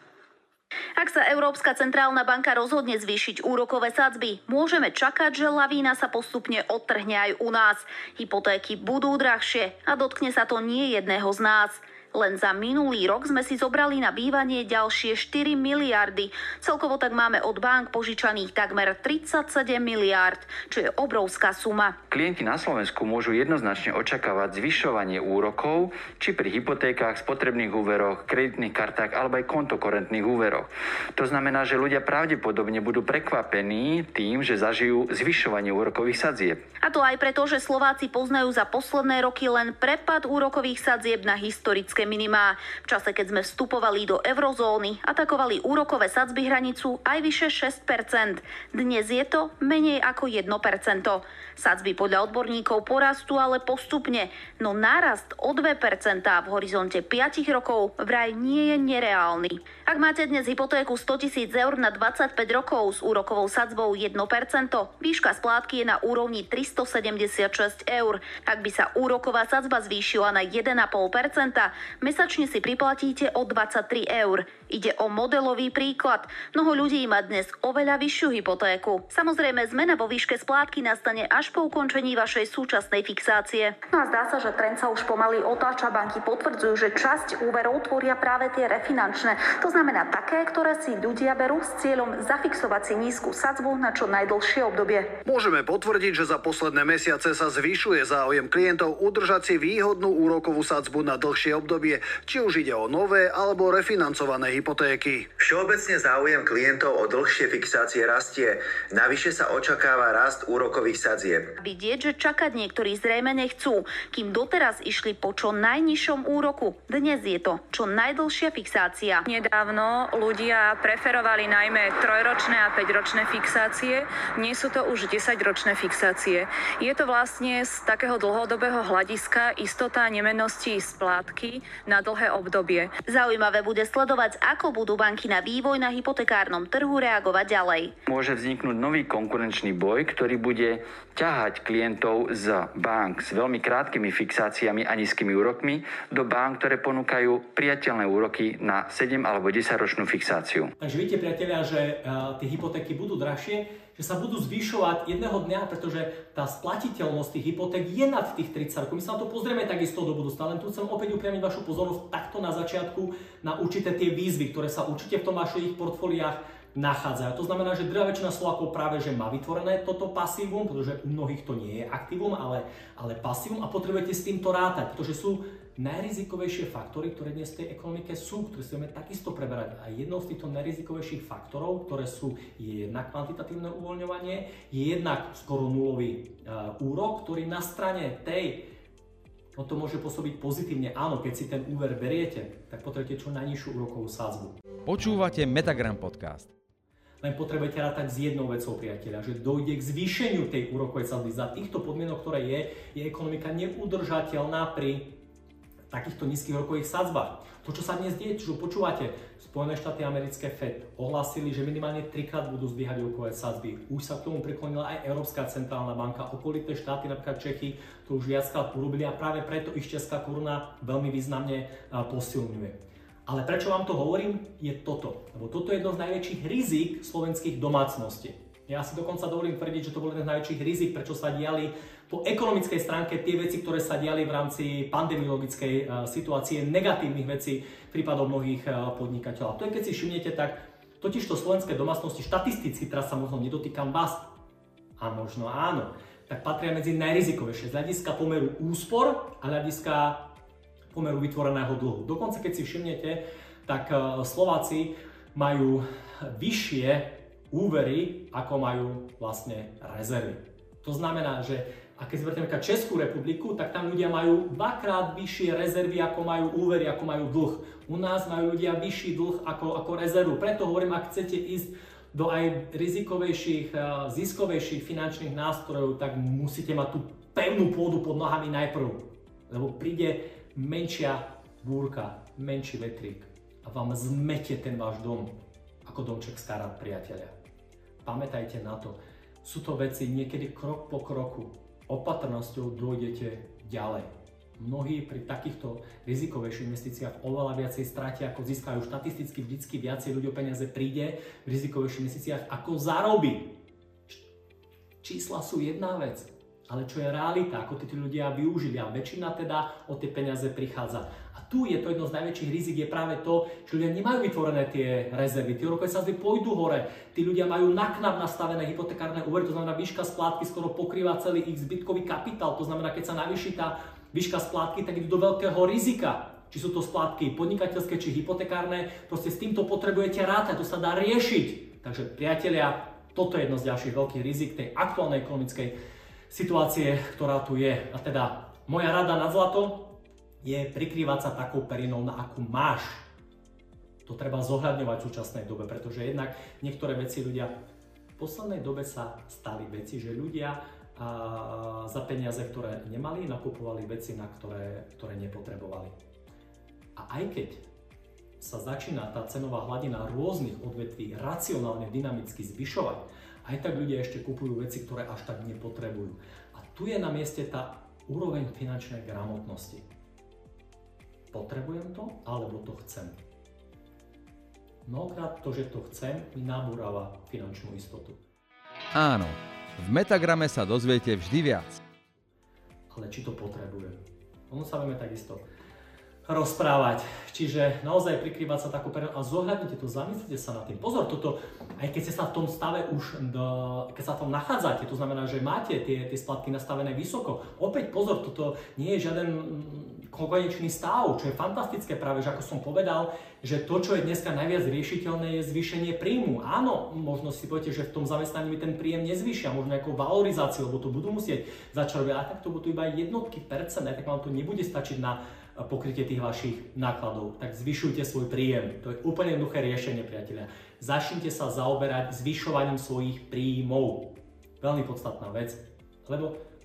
Ak sa Európska centrálna banka rozhodne zvýšiť úrokové sadzby, môžeme čakať, že lavína sa postupne odtrhne aj u nás. Hypotéky budú drahšie a dotkne sa to nie jedného z nás. Len za minulý rok sme si zobrali na bývanie ďalšie štyri miliardy. Celkovo tak máme od bank požičaných takmer tridsaťsedem miliárd, čo je obrovská suma. Klienti na Slovensku môžu jednoznačne očakávať zvyšovanie úrokov, či pri hypotékach, spotrebných úveroch, kreditných kartách alebo aj kontokorentných úveroch. To znamená, že ľudia pravdepodobne budú prekvapení tým, že zažijú zvyšovanie úrokových sadzieb. A to aj preto, že Slováci poznajú za posledné roky len prepad úrokových sadzieb na historické minimá. V čase, keď sme vstupovali do eurozóny, atakovali úrokové sadzby hranicu aj vyše šesť percent. Dnes je to menej ako jedno percento. Sadzby podľa odborníkov porastú ale postupne, no nárast o dve percentá v horizonte päť rokov vraj nie je nereálny. Ak máte dnes hypotéku stotisíc eur na dvadsaťpäť rokov s úrokovou sadzbou jedno percento, výška splátky je na úrovni tristosedemdesiatšesť eur. Ak by sa úroková sadzba zvýšila na jeden a pol percenta, mesačne si priplatíte o dvadsaťtri eur. Ide o modelový príklad. Mnoho ľudí má dnes oveľa vyššiu hypotéku. Samozrejme, zmena vo výške splátky nastane až po ukončení vašej súčasnej fixácie. No a zdá sa, že trend sa už pomaly otáča. Banky potvrdzujú, že časť úverov tvoria práve tie refinančné. To znamená také, ktoré si ľudia berú s cieľom zafixovať si nízku sadzbu na čo najdlhšie obdobie. Môžeme potvrdiť, že za posledné mesiace sa zvyšuje záujem klientov udržať si výhodnú úrokovú sadzbu na dlhšie obdobie, či už ide o nové alebo refinancované hypotéky. Všeobecne záujem klientov o dlhšie fixácie rastie. Navyše sa očakáva rast úrokových sadzieb. Vidieť, že čakať niektorí zrejme nechcú, kým doteraz išli po čo najnižšom úroku. Dnes je to čo najdlhšia fixácia. Nedávno ľudia preferovali najmä trojročné a päťročné fixácie. Nie sú to už desaťročné fixácie. Je to vlastne z takého dlhodobého hľadiska istota nemennosti splátky na dlhé obdobie. Zaujímavé bude sledovať, ako budú banky na vývoj na hypotekárnom trhu reagovať ďalej. Môže vzniknúť nový konkurenčný boj, ktorý bude ťahať klientov z bank s veľmi krátkými fixáciami a nízkymi úrokmi do bank, ktoré ponúkajú priateľné úroky na sedem alebo desaťročnú fixáciu. Takže vidíte, priatelia, že uh, tie hypotéky budú drahšie, že sa budú zvyšovať jedného dňa, pretože tá splatiteľnosť tých hypoték je nad tých tridsať rokov. My sa na to pozrieme takisto do budúcna, len tu chcem opäť upriamiť vašu pozornosť takto na začiatku na určité tie výzvy, ktoré sa určite v tom vašich portfóliách nachádzajú. To znamená, že drvá väčšina Slovákov práve že má vytvorené toto pasívum, pretože u mnohých to nie je aktívum, ale, ale pasívum a potrebujete s týmto rátať, pretože sú najrizikovejšie faktory, ktoré dnes v tej ekonomike sú, ktoré si budeme takisto preberať. A jednou z týchto najrizikovejších faktorov, ktoré sú, je jednak kvantitatívne uvoľňovanie, je jednak skoro nulový uh, úrok, ktorý na strane tej, no to môže pôsobiť pozitívne. Áno, keď si ten úver beriete, tak potrebujete čo najnižšiu úrokovú sadzbu. Počúvate Metagram podcast. Len potrebujete rátať s jednou vecou, priateľa, že dojde k zvýšeniu tej úrokovej sadzby. Za týchto podmienok, ktoré je, je ekonomika neudržateľná pri takýchto nízkych úrokových sadzbách. To, čo sa dnes deje, čo počúvate, Spojené štáty americké Fed ohlásili, že minimálne trikrát budú zdvíhať úrokové sadzby. Už sa k tomu priklonila aj Európska centrálna banka. Okolité štáty, napríklad Čechy, to už viackrát urobili a práve preto ich česká koruna veľmi významne posilňuje. Ale prečo vám to hovorím, je toto. Lebo toto je jedno z najväčších rizik slovenských domácností. Ja si dokonca dovolím tvrdiť, že to bol jeden z najväčších rizik, prečo sa diali po ekonomickej stránke tie veci, ktoré sa diali v rámci pandemiologickej uh, situácie, negatívnych vecí v prípadoch mnohých uh, podnikateľov. To je, keď si všimnete, tak totižto slovenské domácnosti, štatisticky, teraz sa možno nedotýkam vás, a možno áno, tak patria medzi najrizikovejšie z hľadiska pomeru úspor a hľadiska pomeru vytvoreného dlhu. Dokonca, keď si všimnete, tak uh, Slováci majú vyššie úvery, ako majú vlastne rezervy. To znamená, že a keď si beriete napríklad Českú republiku, tak tam ľudia majú dvakrát vyššie rezervy, ako majú úvery, ako majú dlh. U nás majú ľudia vyšší dlh ako, ako rezervu. Preto hovorím, ak chcete ísť do aj rizikovejších, ziskovejších finančných nástrojov, tak musíte mať tú pevnú pôdu pod nohami najprv. Lebo príde menšia búrka, menší vetrík a vám zmete ten váš dom ako domček z karát, priatelia. Pamätajte na to. Sú to veci niekedy krok po kroku. Opatrnosťou dojdete ďalej. Mnohí pri takýchto rizikovejších investíciách oveľa viacej stratia, ako získajú. Štatisticky vždycky viacej ľudí o peniaze príde v rizikovejších investíciách, ako zarobí. Čísla sú jedna vec, ale čo je realita, ako tí ľudia využili a väčšina teda o tie peniaze prichádza. A tu je to jedno z najväčších rizik, je práve to, že ľudia nemajú vytvorené tie rezervy, tie úrokové sadzby pôjdu hore, tí ľudia majú naknap nastavené hypotekárne úvery, to znamená výška splátky skoro pokrýva celý ich zbytkový kapitál, to znamená, keď sa navýši tá výška splátky, tak idú do veľkého rizika. Či sú to splátky podnikateľské, či hypotekárne, proste s týmto potrebujete rátať, to sa dá riešiť. Takže priatelia, toto je jedno z ďalších veľkých rizik tej aktuálnej ekonomickej situácie, ktorá tu je. A teda moja rada na zlato je prikrývať sa takou perinou, na akú máš. To treba zohľadňovať v súčasnej dobe, pretože jednak niektoré veci ľudia, v poslednej dobe sa stali veci, že ľudia a, za peniaze, ktoré nemali, nakupovali veci, na ktoré, ktoré nepotrebovali. A aj keď sa začína tá cenová hladina rôznych odvetví racionálne, dynamicky zvyšovať, aj tak ľudia ešte kupujú veci, ktoré až tak nepotrebujú. A tu je na mieste tá úroveň finančnej gramotnosti. Potrebujem to, alebo to chcem? Mnohokrát to, že to chcem, mi nabúrava finančnú istotu. Áno, v Metagrame sa dozviete vždy viac. Ale či to potrebujem? Ono sa vieme takisto rozprávať. Čiže naozaj prikrývať sa takú periódu a zohľadnite to, zamyslite sa nad tým. Pozor, toto, aj keď ste sa v tom stave už, keď sa v tom nachádzate, to znamená, že máte tie, tie splatky nastavené vysoko. Opäť pozor, toto nie je žiaden konečný stav, čo je fantastické práve, že ako som povedal, že to, čo je dneska najviac riešiteľné, je zvýšenie príjmu. Áno, možno si poviete, že v tom zamestnaní mi ten príjem nezvýšia, možno nejakou valorizáciou, lebo to budú musieť začať robiť, ale tak to budú iba jednotky percent, tak vám to nebude stačiť na pokrytie tých vašich nákladov. Tak zvyšujte svoj príjem. To je úplne jednoduché riešenie, priatelia. Začnite sa zaoberať zvyšovaním svojich príjmov. Veľmi podstatná vec, lebo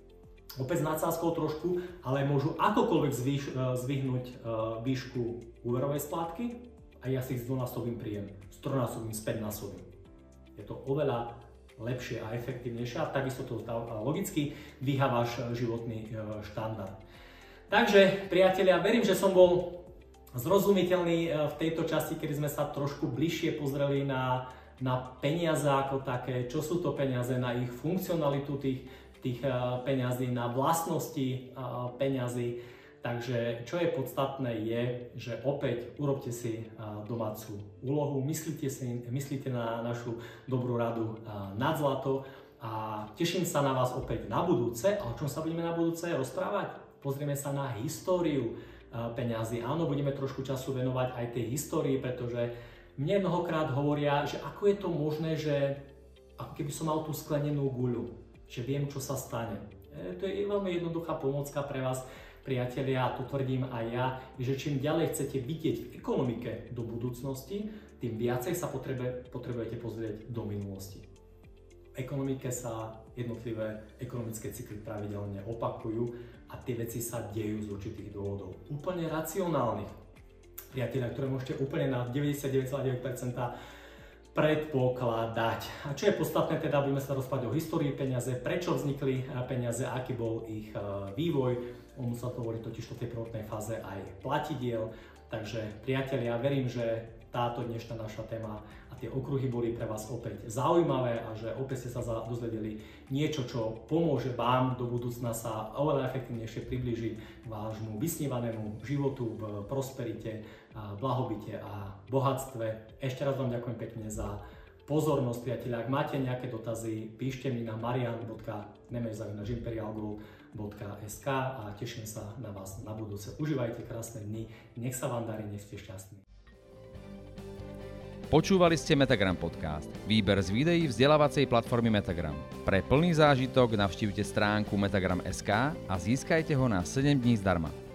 opäť s nadsázkou trošku, ale môžu akokoľvek zvýš, zvyhnúť výšku úverovej splátky a ja si zdvojnásobím príjem, strojnásobím, späťnásobím. Je to oveľa lepšie a efektívnejšie a takisto to logicky dvíha váš životný štandard. Takže priatelia, verím, že som bol zrozumiteľný v tejto časti, kedy sme sa trošku bližšie pozreli na, na peniaze ako také, čo sú to peniaze, na ich funkcionalitu tých, tých peňazí, na vlastnosti peňazí. Takže čo je podstatné je, že opäť urobte si domácu úlohu, myslíte, si, myslíte na našu dobrú radu nad zlato a teším sa na vás opäť na budúce. A o čom sa budeme na budúce rozprávať? Pozrieme sa na históriu peňazí. Áno, budeme trošku času venovať aj tej histórii, pretože mne mnohokrát hovoria, že ako je to možné, že ako keby som mal tú sklenenú guľu, že viem, čo sa stane. E, to je veľmi jednoduchá pomôcka pre vás, priatelia, a to tvrdím aj ja, že čím ďalej chcete vidieť v ekonomike do budúcnosti, tým viacej sa potrebe, potrebujete pozrieť do minulosti. V ekonomike sa jednotlivé ekonomické cykly pravidelne opakujú a tie veci sa dejú z určitých dôvodov. Úplne racionálnych, priatelia, ktoré môžete úplne na deväťdesiatdeväť celá deväť percent predpokladať. A čo je podstatné, teda budeme sa rozprávať o histórii peniaze, prečo vznikli peniaze, aký bol ich vývoj. On sa to hovorí totiž v tej prvotnej fáze aj platidiel. Takže priatelia, verím, že táto dnešná naša téma a tie okruhy boli pre vás opäť zaujímavé a že opäť ste sa dozvedeli niečo, čo pomôže vám do budúcna sa oveľa efektívnejšie priblížiť k vášmu vysnívanému životu v prosperite, blahobite a bohatstve. Ešte raz vám ďakujem pekne za pozornosť, priatelia. Ak máte nejaké dotazy, píšte mi na marian bodka nemeš zavináč imperial gold bodka es ká a teším sa na vás na budúce. Užívajte krásne dni, nech sa vám darí, nech ste šťastní. Počúvali ste Metagram podcast, výber z videí vzdelávacej platformy Metagram. Pre plný zážitok navštívte stránku metagram bodka es ká a získajte ho na sedem dní zdarma.